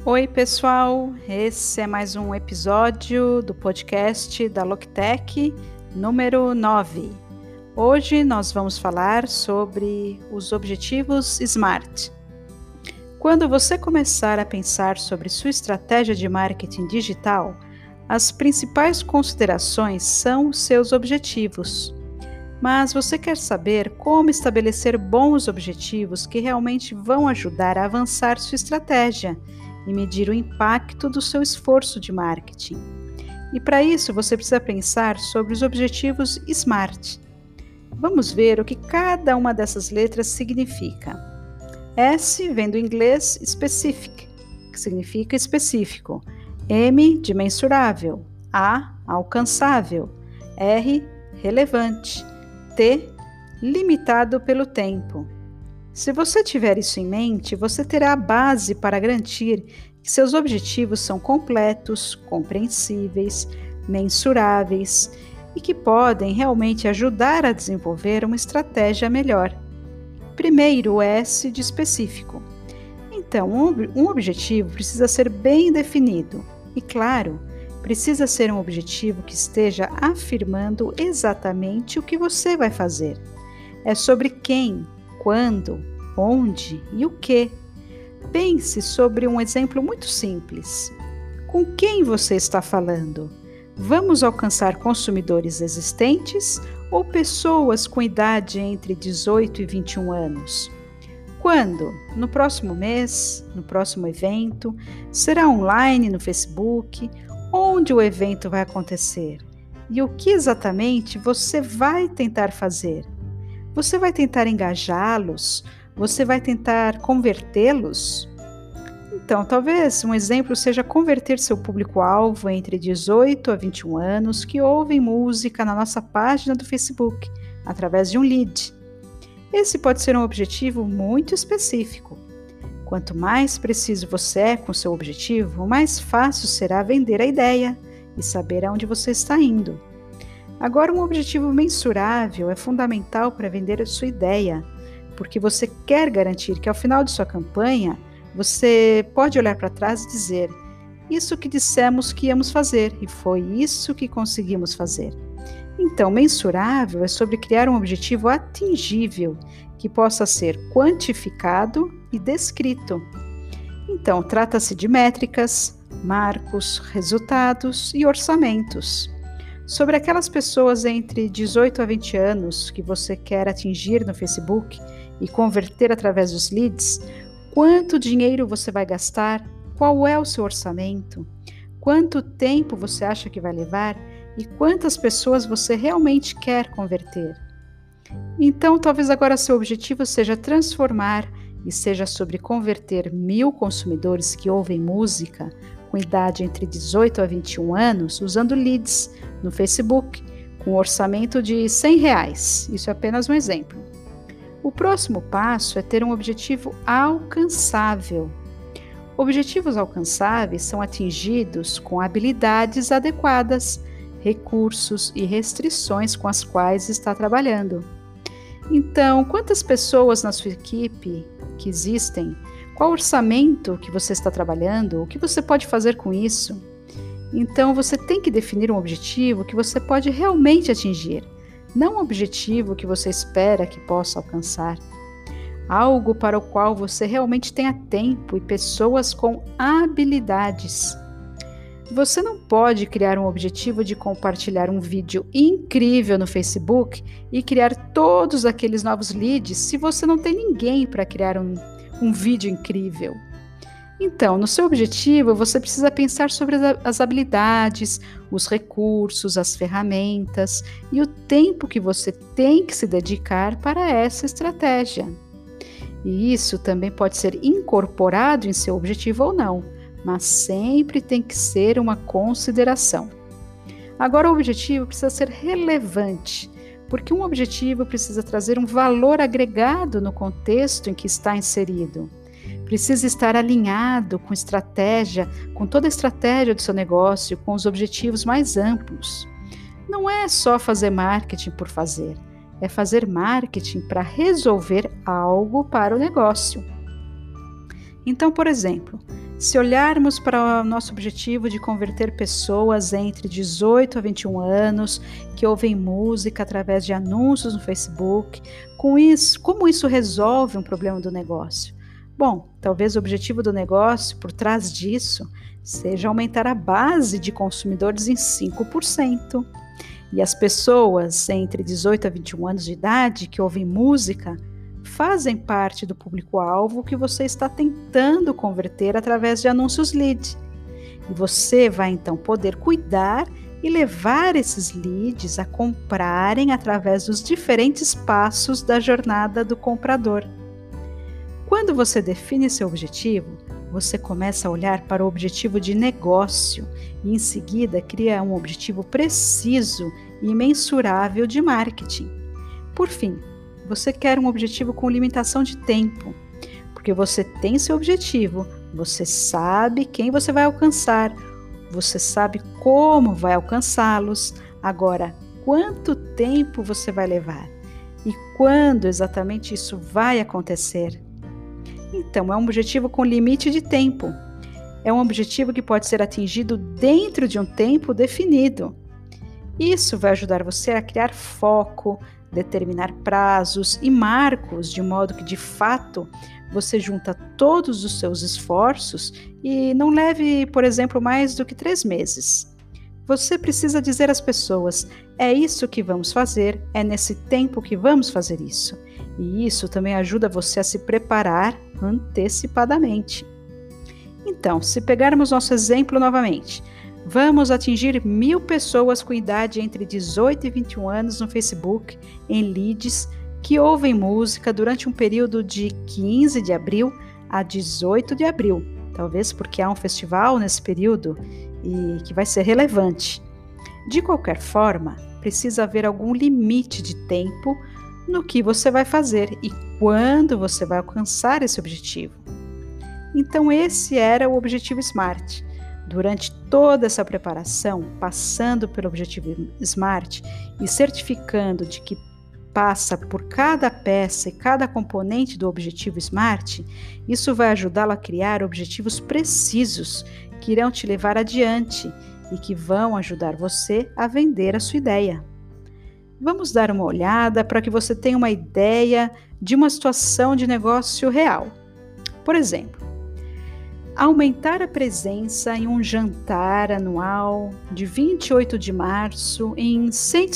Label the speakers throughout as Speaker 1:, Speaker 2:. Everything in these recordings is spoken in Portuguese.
Speaker 1: Oi, pessoal! Esse é mais um episódio do podcast da Loctech, número 9. Hoje nós vamos falar sobre os objetivos SMART. Quando você começar a pensar sobre sua estratégia de marketing digital, as principais considerações são os seus objetivos. Mas você quer saber como estabelecer bons objetivos que realmente vão ajudar a avançar sua estratégia e medir o impacto do seu esforço de marketing. E para isso você precisa pensar sobre os objetivos SMART. Vamos ver o que cada uma dessas letras significa. S vem do inglês specific, que significa específico. M de mensurável. A, alcançável. R, relevante. T, limitado pelo tempo. Se você tiver isso em mente, você terá a base para garantir que seus objetivos são completos, compreensíveis, mensuráveis e que podem realmente ajudar a desenvolver uma estratégia melhor. Primeiro, o S de específico. Então, um objetivo precisa ser bem definido e, claro, precisa ser um objetivo que esteja afirmando exatamente o que você vai fazer. É sobre quem, quando, onde e o que. Pense sobre um exemplo muito simples. Com quem você está falando? Vamos alcançar consumidores existentes ou pessoas com idade entre 18 e 21 anos? Quando? No próximo mês? No próximo evento? Será online no Facebook? Onde o evento vai acontecer? E o que exatamente você vai tentar fazer? Você vai tentar engajá-los? Você vai tentar convertê-los? Então, talvez um exemplo seja converter seu público-alvo entre 18 a 21 anos que ouvem música na nossa página do Facebook, através de um lead. Esse pode ser um objetivo muito específico. Quanto mais preciso você é com seu objetivo, mais fácil será vender a ideia e saber aonde você está indo. Agora, um objetivo mensurável é fundamental para vender a sua ideia, porque você quer garantir que ao final de sua campanha, você pode olhar para trás e dizer: isso que dissemos que íamos fazer e foi isso que conseguimos fazer. Então, mensurável é sobre criar um objetivo atingível, que possa ser quantificado e descrito. Então, trata-se de métricas, marcos, resultados e orçamentos. Sobre aquelas pessoas entre 18 a 20 anos que você quer atingir no Facebook e converter através dos leads, quanto dinheiro você vai gastar? Qual é o seu orçamento? Quanto tempo você acha que vai levar? E quantas pessoas você realmente quer converter? Então, talvez agora seu objetivo seja transformar e seja sobre converter 1.000 consumidores que ouvem música com idade entre 18 a 21 anos usando leads no Facebook com um orçamento de R$100. Isso é apenas um exemplo. O próximo passo é ter um objetivo alcançável. Objetivos alcançáveis são atingidos com habilidades adequadas, recursos e restrições com as quais está trabalhando. Então, quantas pessoas na sua equipe que existem? Qual orçamento que você está trabalhando? O que você pode fazer com isso? Então, você tem que definir um objetivo que você pode realmente atingir, não um objetivo que você espera que possa alcançar. Algo para o qual você realmente tenha tempo e pessoas com habilidades. Você não pode criar um objetivo de compartilhar um vídeo incrível no Facebook e criar todos aqueles novos leads se você não tem ninguém para criar um vídeo incrível. Então, no seu objetivo, você precisa pensar sobre as habilidades, os recursos, as ferramentas e o tempo que você tem que se dedicar para essa estratégia. E isso também pode ser incorporado em seu objetivo ou não, mas sempre tem que ser uma consideração. Agora, o objetivo precisa ser relevante, porque um objetivo precisa trazer um valor agregado no contexto em que está inserido. Precisa estar alinhado com estratégia, com toda a estratégia do seu negócio, com os objetivos mais amplos. Não é só fazer marketing por fazer, é fazer marketing para resolver algo para o negócio. Então, por exemplo, Se olharmos para o nosso objetivo de converter pessoas entre 18 a 21 anos que ouvem música através de anúncios no Facebook, como isso resolve um problema do negócio? Bom, talvez o objetivo do negócio por trás disso seja aumentar a base de consumidores em 5%. E as pessoas entre 18 a 21 anos de idade que ouvem música fazem parte do público-alvo que você está tentando converter através de anúncios lead. E você vai então poder cuidar e levar esses leads a comprarem através dos diferentes passos da jornada do comprador. Quando você define seu objetivo, você começa a olhar para o objetivo de negócio e em seguida cria um objetivo preciso e mensurável de marketing. Por fim, você quer um objetivo com limitação de tempo, porque você tem seu objetivo, você sabe quem você vai alcançar, você sabe como vai alcançá-los. Agora, quanto tempo você vai levar? E quando exatamente isso vai acontecer? Então, é um objetivo com limite de tempo. É um objetivo que pode ser atingido dentro de um tempo definido. Isso vai ajudar você a criar foco, determinar prazos e marcos, de modo que, de fato, você junta todos os seus esforços e não leve, por exemplo, mais do que 3 meses. Você precisa dizer às pessoas, é isso que vamos fazer, é nesse tempo que vamos fazer isso. E isso também ajuda você a se preparar antecipadamente. Então, se pegarmos nosso exemplo novamente, vamos atingir 1.000 pessoas com idade entre 18 e 21 anos no Facebook, em leads, que ouvem música durante um período de 15 de abril a 18 de abril. Talvez porque há um festival nesse período e que vai ser relevante. De qualquer forma, precisa haver algum limite de tempo no que você vai fazer e quando você vai alcançar esse objetivo. Então, esse era o objetivo SMART. Durante toda essa preparação, passando pelo objetivo SMART e certificando de que passa por cada peça e cada componente do objetivo SMART, isso vai ajudá-lo a criar objetivos precisos que irão te levar adiante e que vão ajudar você a vender a sua ideia. Vamos dar uma olhada para que você tenha uma ideia de uma situação de negócio real. Por exemplo, aumentar a presença em um jantar anual de 28 de março em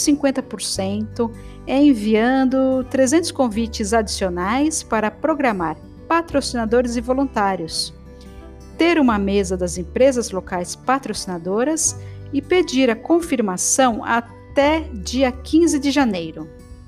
Speaker 1: 150%, enviando 300 convites adicionais para programar patrocinadores e voluntários, ter uma mesa das empresas locais patrocinadoras e pedir a confirmação até dia 15 de janeiro.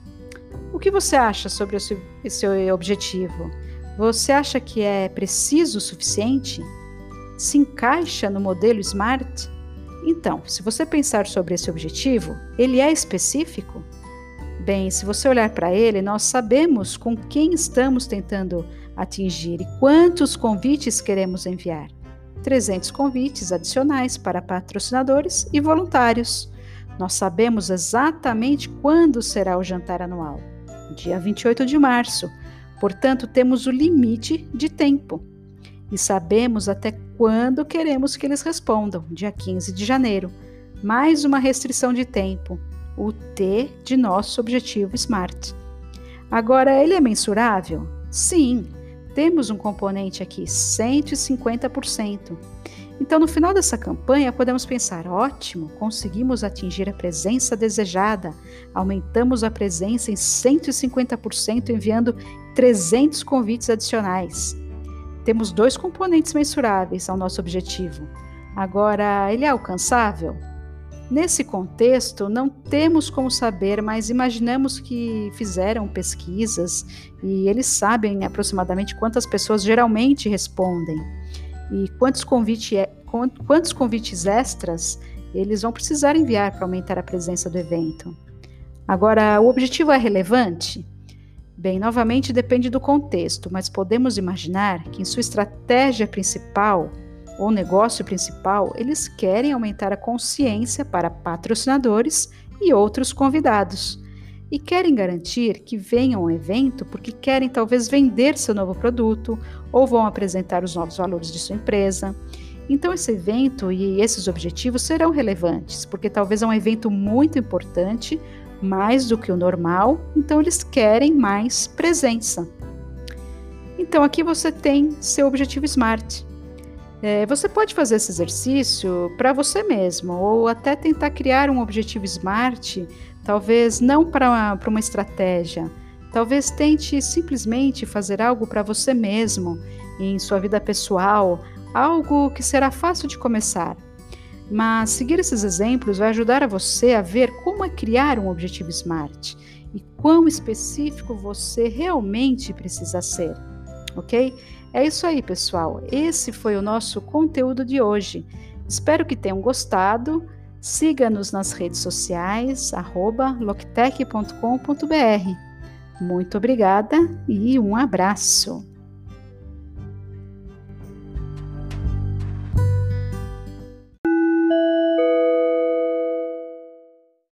Speaker 1: O que você acha sobre esse objetivo? Você acha que é preciso o suficiente? Se encaixa no modelo SMART? Então, se você pensar sobre esse objetivo, ele é específico? Bem, se você olhar para ele, nós sabemos com quem estamos tentando atingir e quantos convites queremos enviar. 300 convites adicionais para patrocinadores e voluntários. Nós sabemos exatamente quando será o jantar anual, dia 28 de março. Portanto, temos o limite de tempo e sabemos até quando queremos que eles respondam, dia 15 de janeiro. Mais uma restrição de tempo, o T de nosso objetivo SMART. Agora, ele é mensurável? Sim, temos um componente aqui, 150%. Então, no final dessa campanha, podemos pensar, ótimo, conseguimos atingir a presença desejada, aumentamos a presença em 150% enviando 300 convites adicionais. Temos 2 componentes mensuráveis ao nosso objetivo. Agora, ele é alcançável? Nesse contexto, não temos como saber, mas imaginamos que fizeram pesquisas e eles sabem aproximadamente quantas pessoas geralmente respondem. E quantos convites extras eles vão precisar enviar para aumentar a presença do evento. Agora, o objetivo é relevante? Bem, novamente depende do contexto, mas podemos imaginar que em sua estratégia principal ou negócio principal, eles querem aumentar a consciência para patrocinadores e outros convidados. e querem garantir que venham ao evento porque querem talvez vender seu novo produto ou vão apresentar os novos valores de sua empresa. Então, esse evento e esses objetivos serão relevantes, porque talvez é um evento muito importante, mais do que o normal, então eles querem mais presença. Então, aqui você tem seu objetivo SMART. Você pode fazer esse exercício para você mesmo, ou até tentar criar um objetivo SMART, talvez não para uma estratégia, talvez tente simplesmente fazer algo para você mesmo, em sua vida pessoal, algo que será fácil de começar. Mas seguir esses exemplos vai ajudar a você a ver como é criar um objetivo SMART e quão específico você realmente precisa ser, ok? É isso aí, pessoal. Esse foi o nosso conteúdo de hoje. Espero que tenham gostado. Siga-nos nas redes sociais, @loctech.com.br. Muito obrigada e um abraço!